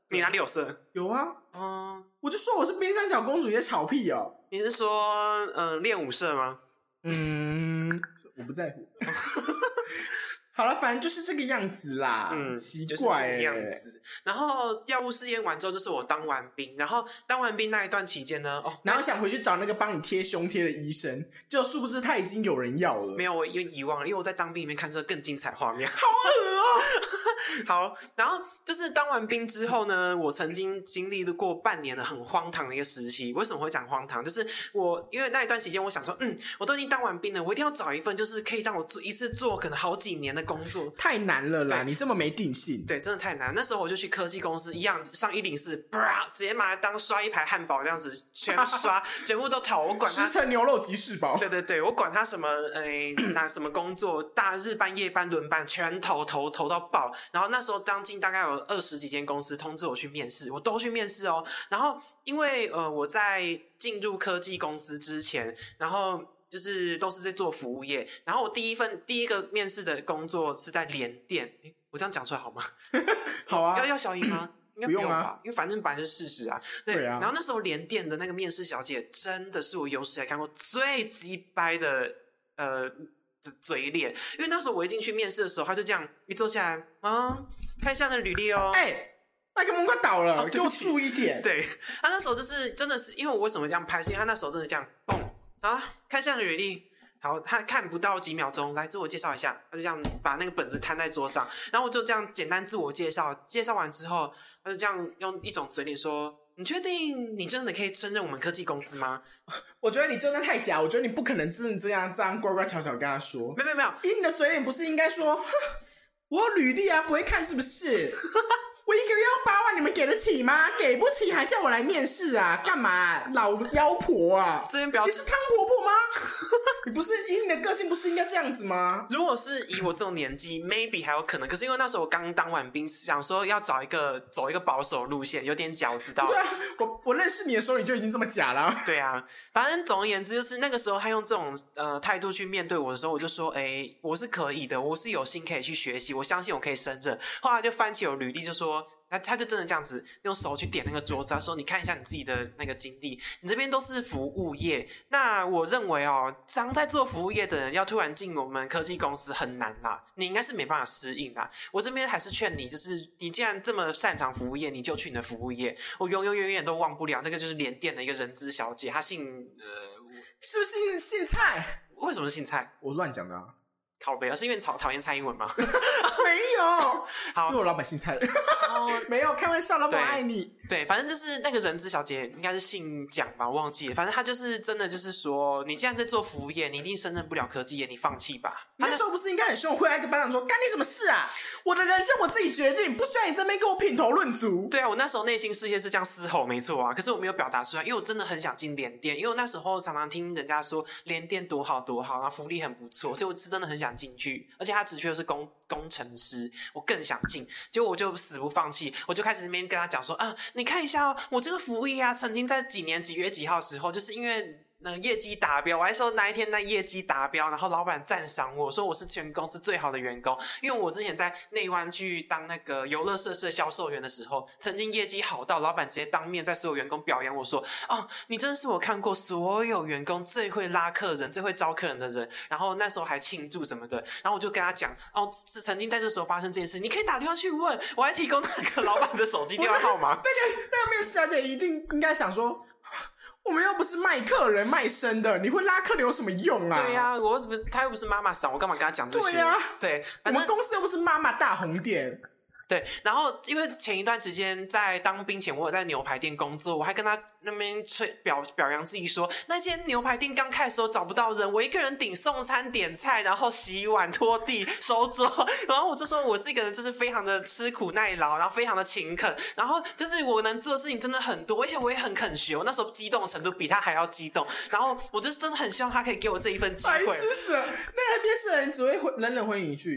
你哪里有色？ 有啊， 嗯， 我就说我是冰山小公主，你在吵屁哦。 你是说呃练武社吗？ 嗯，我不在乎。好了，反正就是这个样子啦。嗯，奇怪、欸， 就是这个样子。然后药物试验完之后，就是我当完兵，然后当完兵那一段期间呢，哦， 然后想回去找那个帮你贴胸贴的医生，就殊不知他已经有人要了。 没有，我已经遗忘了，因为我在当兵里面看出更精彩画面。 好恶哦！ 好，然后就是当完兵之后呢，我曾经经历过半年的很荒唐的一个时期。为什么会讲荒唐？就是我因为那一段时间，我想说，嗯，我都已经当完兵了，我一定要找一份就是可以让我做一次做可能好几年的工作。 太难了啦，你这么没定性。 对，真的太难。那时候我就去科技公司，一样上一零四，直接拿来当刷一排汉堡这样子，全刷，全部都投。我管他十层牛肉吉士堡。 对对对，我管他什么，诶、欸，拿什么工作，大日班、夜班、轮班，全投投投到爆。然后那时候当进大概有二十几间公司通知我去面试，我都去面试哦。然后因为呃我在进入科技公司之前，然后就是都是在做服务业。然后我第一份第一个面试的工作是在联电，诶我这样讲出来好吗？ 好啊， 要要消音吗？应该不用吧， 啊、 因为反正本来就是事实啊。对, 对啊。 然后那时候联电的那个面试小姐，真的是我有史以来看过最鸡掰的呃的嘴脸。因为那时候我一进去面试的时候，她就这样一坐下来，啊，看一下你的履历哦。 哎、欸，麦克风快倒了，哦、给我注意点。 对，她那时候就是真的是，因为我为什么这样拍，是因为她那时候真的这样，嘣啊，看一下你的履历。好，他看不到几秒钟，来自我介绍一下，他就这样把那个本子摊在桌上，然后我就这样简单自我介绍，介绍完之后，他就这样用一种嘴脸说：“你确定你真的可以胜任我们科技公司吗？” 我觉得你真的太假，我觉得你不可能真的这样这样乖乖巧巧跟他说。 没有没有没有， 以你的嘴脸不是应该说，我有履历啊，不会看是不是？我一个月要八万，你们给得起吗？给不起还叫我来面试啊？干嘛？老妖婆啊！ 这边不要， 你是汤婆婆吗？你不是以你的个性不是应该这样子吗？ 如果是以我这种年纪 ，maybe 还有可能。可是因为那时候我刚当完兵，想说要找一个走一个保守路线，有点假，知道？ 对啊，我我认识你的时候你就已经这么假了。 对啊，反正总而言之，就是那个时候他用这种呃态度去面对我的时候，我就说，哎、欸，我是可以的，我是有心可以去学习，我相信我可以胜任。后来就翻起我履历，就说。他他就真的这样子用手去点那个桌子，他说：“你看一下你自己的那个经历，你这边都是服务业。那我认为哦，常在做服务业的人要突然进我们科技公司很难啦，你应该是没办法适应啦。我这边还是劝你，就是你既然这么擅长服务业，你就去你的服务业。我永永远远都忘不了那个就是联电的一个人资小姐，她姓呃， 是不是姓姓蔡？ 为什么是姓蔡？ 我乱讲的啊。” 靠北啊，是因为讨讨厌蔡英文吗？ 没有， 好， 因为我老板姓蔡。哦，没有，开玩笑，老板爱你。 对，反正就是那个人资小姐应该是姓蒋吧，我忘记了。反正她就是真的就是说，你既然在做服务业，你一定胜任不了科技业，你放弃吧。 你那时候不是应该很凶，回来跟班长说，干你什么事啊？我的人生我自己决定，不需要你这边跟我品头论足。 对啊，我那时候内心世界是这样嘶吼，没错啊。可是我没有表达出来，因为我真的很想进联电，因为我那时候常常听人家说联电多好多好，然后福利很不错，所以我是真的很想进去。而且他职缺又是工工程师，我更想进。结果我就死不放弃，我就开始那边跟他讲说啊，你看一下哦，我这个服务业啊，曾经在几年几月几号时候，就是因为。那业绩达标，我还说那一天那业绩达标，然后老板赞赏我说我是全公司最好的员工，因为我之前在内湾去当那个游乐设施的销售员的时候，曾经业绩好到老板直接当面在所有员工表扬我说，哦，你真的是我看过所有员工最会拉客人、最会招客人的人，然后那时候还庆祝什么的，然后我就跟他讲，哦，是曾经在这时候发生这件事，你可以打电话去问，我还提供那个老板的手机电话号码。 那个那个面试小姐一定应该想说。我们又不是卖客人卖身的，你会拉客人有什么用啊？ 对呀、啊，我又不是他又不是妈妈桑，我干嘛跟他讲这些？ 对呀、啊， 对， 我们公司又不是妈妈大红店。 对，然后因为前一段时间在当兵前，我有在牛排店工作，我还跟他那边吹表表扬自己说，那间牛排店刚开的时候找不到人，我一个人顶送餐、点菜，然后洗碗、拖地、收桌，然后我就说我这个人就是非常的吃苦耐劳，然后非常的勤恳，然后就是我能做的事情真的很多，而且我也很肯学，我那时候激动的程度比他还要激动，然后我就是真的很希望他可以给我这一份机会。 白痴死了！那个面试人只会冷冷回你一句。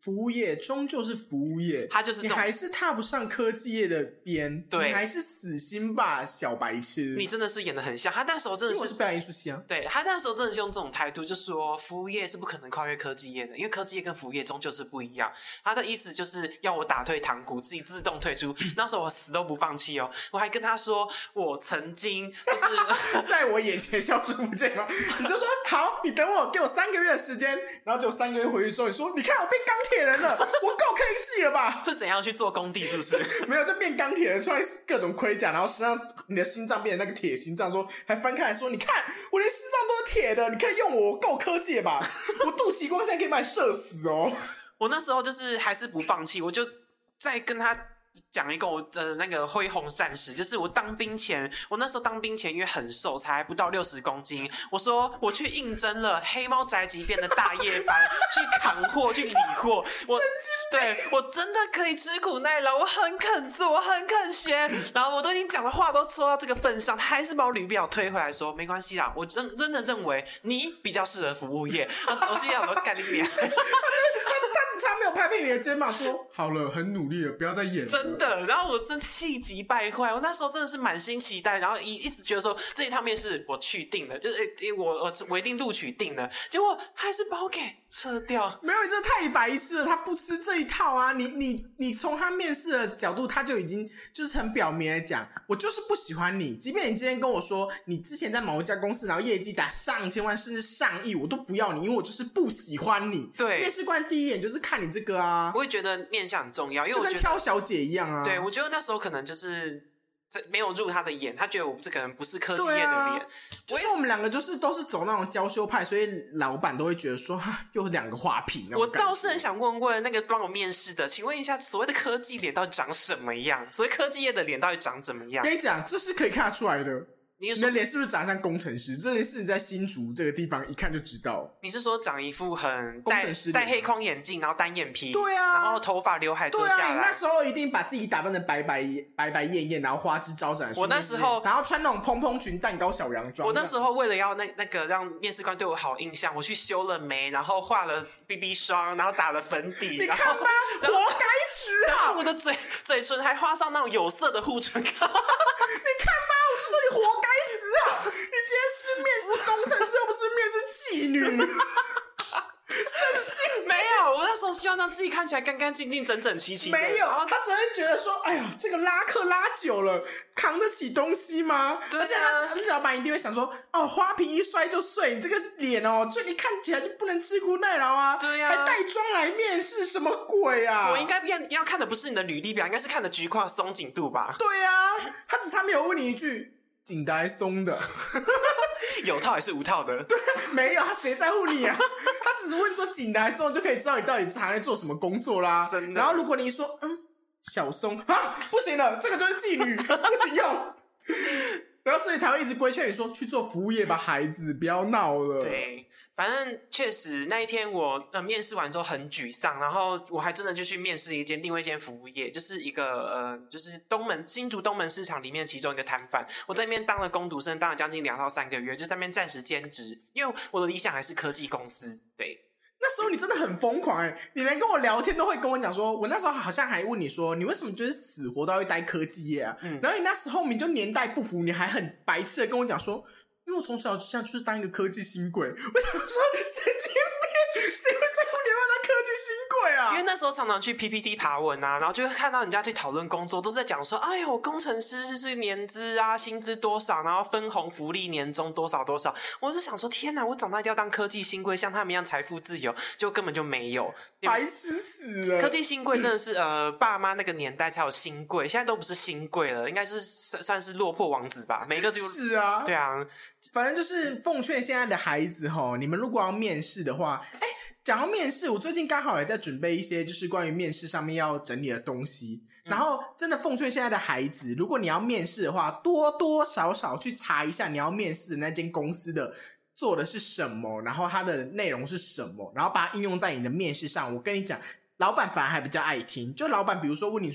服务业终究是服务业， 他就是你还是踏不上科技业的边， 对， 你还是死心吧，小白痴。 你真的是演得很像，他那时候真的是， 因为我是表演艺术系啊。 对，他那时候真的是用这种态度，就说服务业是不可能跨越科技业的，因为科技业跟服务业终究是不一样。他的意思就是要我打退堂鼓，自己自动退出。那时候我死都不放弃哦，我还跟他说，我曾经就是在我眼前消失不见吗？你就说好，你等我，给我三个月的时间，然后就三个月回去之后，你说你看我变钢铁人了，我够科技了吧？ 是怎样去做工地？是不是？ 没有，就变钢铁人，穿各种盔甲，然后身上你的心脏变成那个铁心脏，说还翻开来说，你看我连心脏都是铁的，你可以用我，我够科技了吧？我肚脐光线可以把你射死哦。 我那时候就是还是不放弃，我就再跟他讲一个我的那个恢宏战士，就是我当兵前，我那时候当兵前因为很瘦，才不到六十公斤，我说我去应征了黑猫宅急便的大夜班，去扛货，去理货，我对我真的可以吃苦耐劳，我很肯做，我很肯学，然后我都已经讲的话都说到这个份上，他还是把我履表推回来说没关系啦，我真真的认为你比较适合服务业。我心想我干你娘！ 他没有拍拍你的肩膀说好了，很努力了，不要再演了。 真的，然后我真气急败坏，我那时候真的是满心期待，然后一一直觉得说这一趟面试我去定了，就是诶我我我一定录取定了，结果还是把我给撤掉。 没有，你这太白痴了，他不吃这一套啊！你你你从他面试的角度，他就已经就是很表明的讲，我就是不喜欢你。即便你今天跟我说你之前在某一家公司，然后业绩达上千万甚至上亿，我都不要你，因为我就是不喜欢你。 对， 面试官第一眼就是看你这个啊。 我也觉得面相很重要，因为我就跟挑小姐一样啊。 对，我觉得那时候可能就是没有入他的眼，他觉得我这个人不是科技业的脸。 啊、就是我们两个就是都是走那种娇羞派，所以老板都会觉得说哈，又两个花瓶。 我倒是很想问问那个帮我面试的，请问一下，所谓的科技脸到底长什么样？所谓科技业的脸到底长怎么样？ 跟你讲，这是可以看得出来的。 你, 你的脸是不是长得像工程师？这件事你在新竹这个地方一看就知道。 你是说长一副很工程师戴黑框眼镜，然后单眼皮， 对啊， 然后头发刘海遮下来。 对啊，你那时候一定把自己打扮的白白白白艳艳，然后花枝招展。 我那时候， 然后穿那种蓬蓬裙、蛋糕小洋装。 我那时候为了要那那个让面试官对我好印象，我去修了眉，然后画了 B B 霜，然后打了粉底。 你看吧，活该死啊！ 然后我的嘴嘴唇还画上那种有色的护唇膏。你看吧， 我就说你活该死啊！你今天是面试工程师，又不是面试妓女。神经没有，我那时候希望让自己看起来干干净净、整整齐齐的。 没有，他只会觉得说：“哎呀，这个拉客拉久了，扛得起东西吗？” 对啊， 而且他那老板一定会想说：“哦，花瓶一摔就碎，你这个脸哦，就你看起来就不能吃苦耐劳啊！ 对啊， 还带妆来面试，什么鬼啊？” 我应该要要看的不是你的履历表，应该是看的菊花松紧度吧？ 对啊，他只差没有问你一句。紧的还是松的？ 有套还是无套的？ 对，没有，他谁在乎你啊？他只是问说紧的还是松，就可以知道你到底常在做什么工作啦。 真的。 然后如果你说嗯小松啊，不行了，这个就是妓女，不行用。然后这里才会一直规劝你说去做服务业吧，孩子，不要闹了。 对。反正确实那一天我呃面试完之后很沮丧，然后我还真的就去面试一间另外一间服务业，就是一个呃就是东门新竹东门市场里面其中一个摊贩，我在那边当了工读生，当了将近两到三个月，就在那边暂时兼职，因为我的理想还是科技公司。对， 那时候你真的很疯狂哎、欸！你连跟我聊天都会跟我讲说，我那时候好像还问你说，你为什么就是死活都要去待科技业啊？嗯、然后你那时候你就年代不符，你还很白痴的跟我讲说。因为我从小就像就是当一个科技新贵，我想说神经病，谁会在乎你要当科技新贵啊？ 因为那时候常常去 P P T 爬文啊，然后就会看到人家去讨论工作，都是在讲说，哎呦，工程师就是年资啊，薪资多少，然后分红福利年终多少多少。我就想说，天哪，我长大一定要当科技新贵，像他们一样财富自由，就根本就没有， 白痴死了。 科技新贵真的是呃，爸妈那个年代才有新贵，现在都不是新贵了，应该是算是落魄王子吧，每个就是啊， 对啊。 反正就是奉劝现在的孩子齁，你们如果要面试的话，哎，讲到面试，我最近刚好也在准备一些就是关于面试上面要整理的东西。然后真的奉劝现在的孩子，如果你要面试的话，多多少少去查一下你要面试的那间公司的做的是什么，然后它的内容是什么，然后把它应用在你的面试上。我跟你讲，老板反而还比较爱听，就老板比如说问你说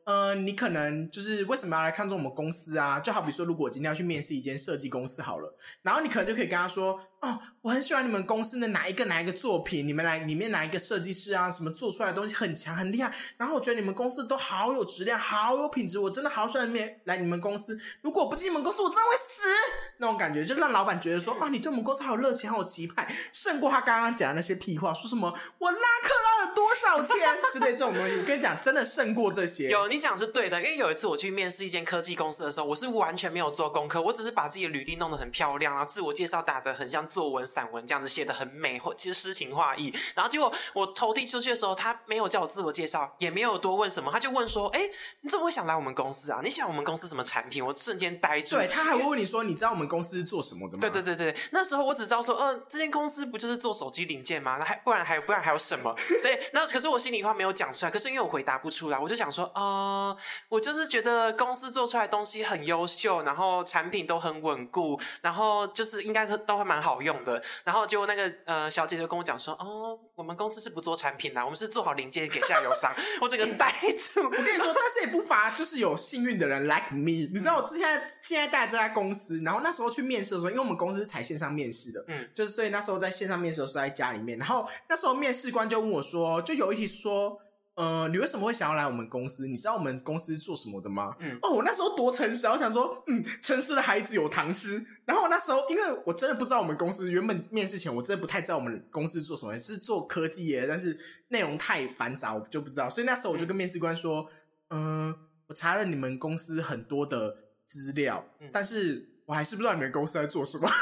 呃，你可能就是为什么要来看中我们公司啊？就好比说，如果我今天要去面试一间设计公司好了，然后你可能就可以跟他说，哦，我很喜欢你们公司的哪一个哪一个作品，你们来里面哪一个设计师啊，什么做出来的东西很强很厉害，然后我觉得你们公司都好有质量，好有品质，我真的好喜欢来你们公司，如果我不进你们公司，我真的会死。那种感觉就让老板觉得说，啊，你对我们公司好有热情，好有期盼，胜过他刚刚讲的那些屁话，说什么我拉客拉了多少钱之类这种东西。我跟你讲，真的胜过这些。 有，你讲是对的，因为有一次我去面试一间科技公司的时候，我是完全没有做功课，我只是把自己的履历弄得很漂亮，然后自我介绍打得很像作文、散文这样子写得很美，或其实诗情画意。然后结果我投递出去的时候，他没有叫我自我介绍，也没有多问什么，他就问说：“哎，你怎么会想来我们公司啊？你喜欢我们公司什么产品？”我瞬间呆住。 对，他还会问你说：“你知道我们公司是做什么的吗？” 对对对对，那时候我只知道说，呃，这间公司不就是做手机零件吗？还不然还不然还有什么？对，那可是我心里话没有讲出来，可是因为我回答不出来，我就想说，呃，我就是觉得公司做出来的东西很优秀，然后产品都很稳固，然后就是应该都会蛮好用的。然后结果那个呃小姐就跟我讲说，哦，我们公司是不做产品啦，我们是做好零件给下游商。我整个呆住。 我跟你说，但是也不乏就是有幸运的人 like me。你知道我现在现在带这家公司，然后那时候去面试的时候，因为我们公司是采线上面试的，嗯，就是所以那时候在线上面试的时候是在家里面，然后那时候面试官就问我说，就有一题说。呃，你为什么会想要来我们公司？你知道我们公司做什么的吗？嗯，哦，我那时候多诚实啊！我想说，嗯，诚实的孩子有糖吃。然后那时候，因为我真的不知道我们公司原本面试前，我真的不太知道我们公司做什么，是做科技业，但是内容太繁杂，我就不知道。所以那时候我就跟面试官说，嗯、呃，我查了你们公司很多的资料，嗯、但是我还是不知道你们公司在做什么。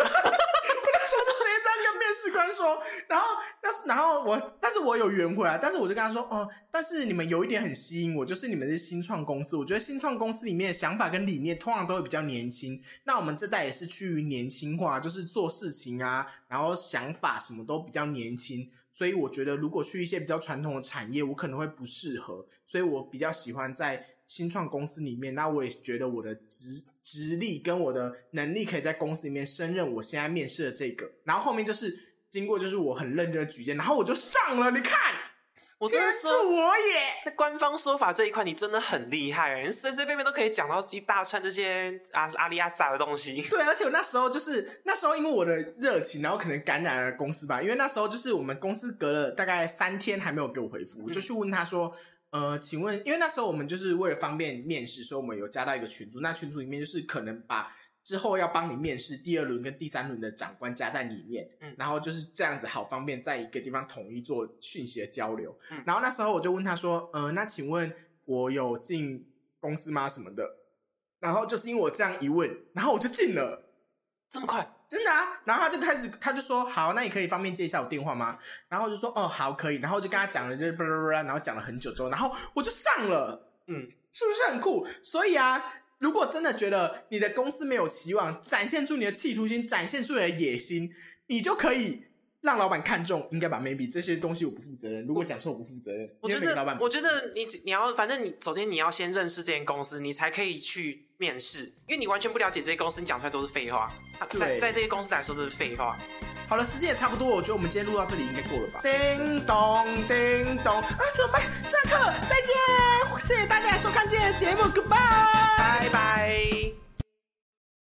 面试官说，然后那然后我，但是我有圆回来，但是我就跟他说，哦，但是你们有一点很吸引我，就是你们是新创公司，我觉得新创公司里面的想法跟理念通常都会比较年轻，那我们这代也是趋于年轻化，就是做事情啊，然后想法什么都比较年轻，所以我觉得如果去一些比较传统的产业，我可能会不适合，所以我比较喜欢在新创公司里面，那我也觉得我的职职力跟我的能力可以在公司里面胜任我现在面试的这个，然后后面就是经过就是我很认真的举荐，然后我就上了，你看， 我真的说我也那官方说法这一块你真的很厉害，你随随便便都可以讲到一大串这些阿阿里阿杂的东西。 对，而且我那时候就是那时候因为我的热情，然后可能感染了公司吧，因为那时候就是我们公司隔了大概三天还没有给我回复，我就去问他说。呃，请问，因为那时候我们就是为了方便面试，所以我们有加到一个群组。那群组里面就是可能把之后要帮你面试第二轮跟第三轮的长官加在里面，嗯，然后就是这样子，好方便在一个地方统一做讯息的交流。嗯，然后那时候我就问他说，呃，那请问我有进公司吗？什么的？然后就是因为我这样一问，然后我就进了， 这么快？ 真的啊，然后他就开始，他就说好，那你可以方便接一下我电话吗？然后我就说哦好可以，然后我就跟他讲了，就是巴拉巴拉，然后讲了很久之后，然后我就上了，嗯，是不是很酷？所以啊，如果真的觉得你的公司没有期望，展现出你的企图心，展现出你的野心，你就可以让老板看中，应该吧 ？maybe 这些东西我不负责任，如果讲错我不负责任。 我觉得，我觉得你你要，反正你首先你要先认识这间公司，你才可以去面试，因为你完全不了解这些公司，你讲出来都是废话。在在这些公司来说，这是废话。 好了，时间也差不多，我觉得我们今天录到这里应该够了吧？叮咚叮咚啊，怎么办？下课了，再见！谢谢大家收看今天的节目 ，Goodbye。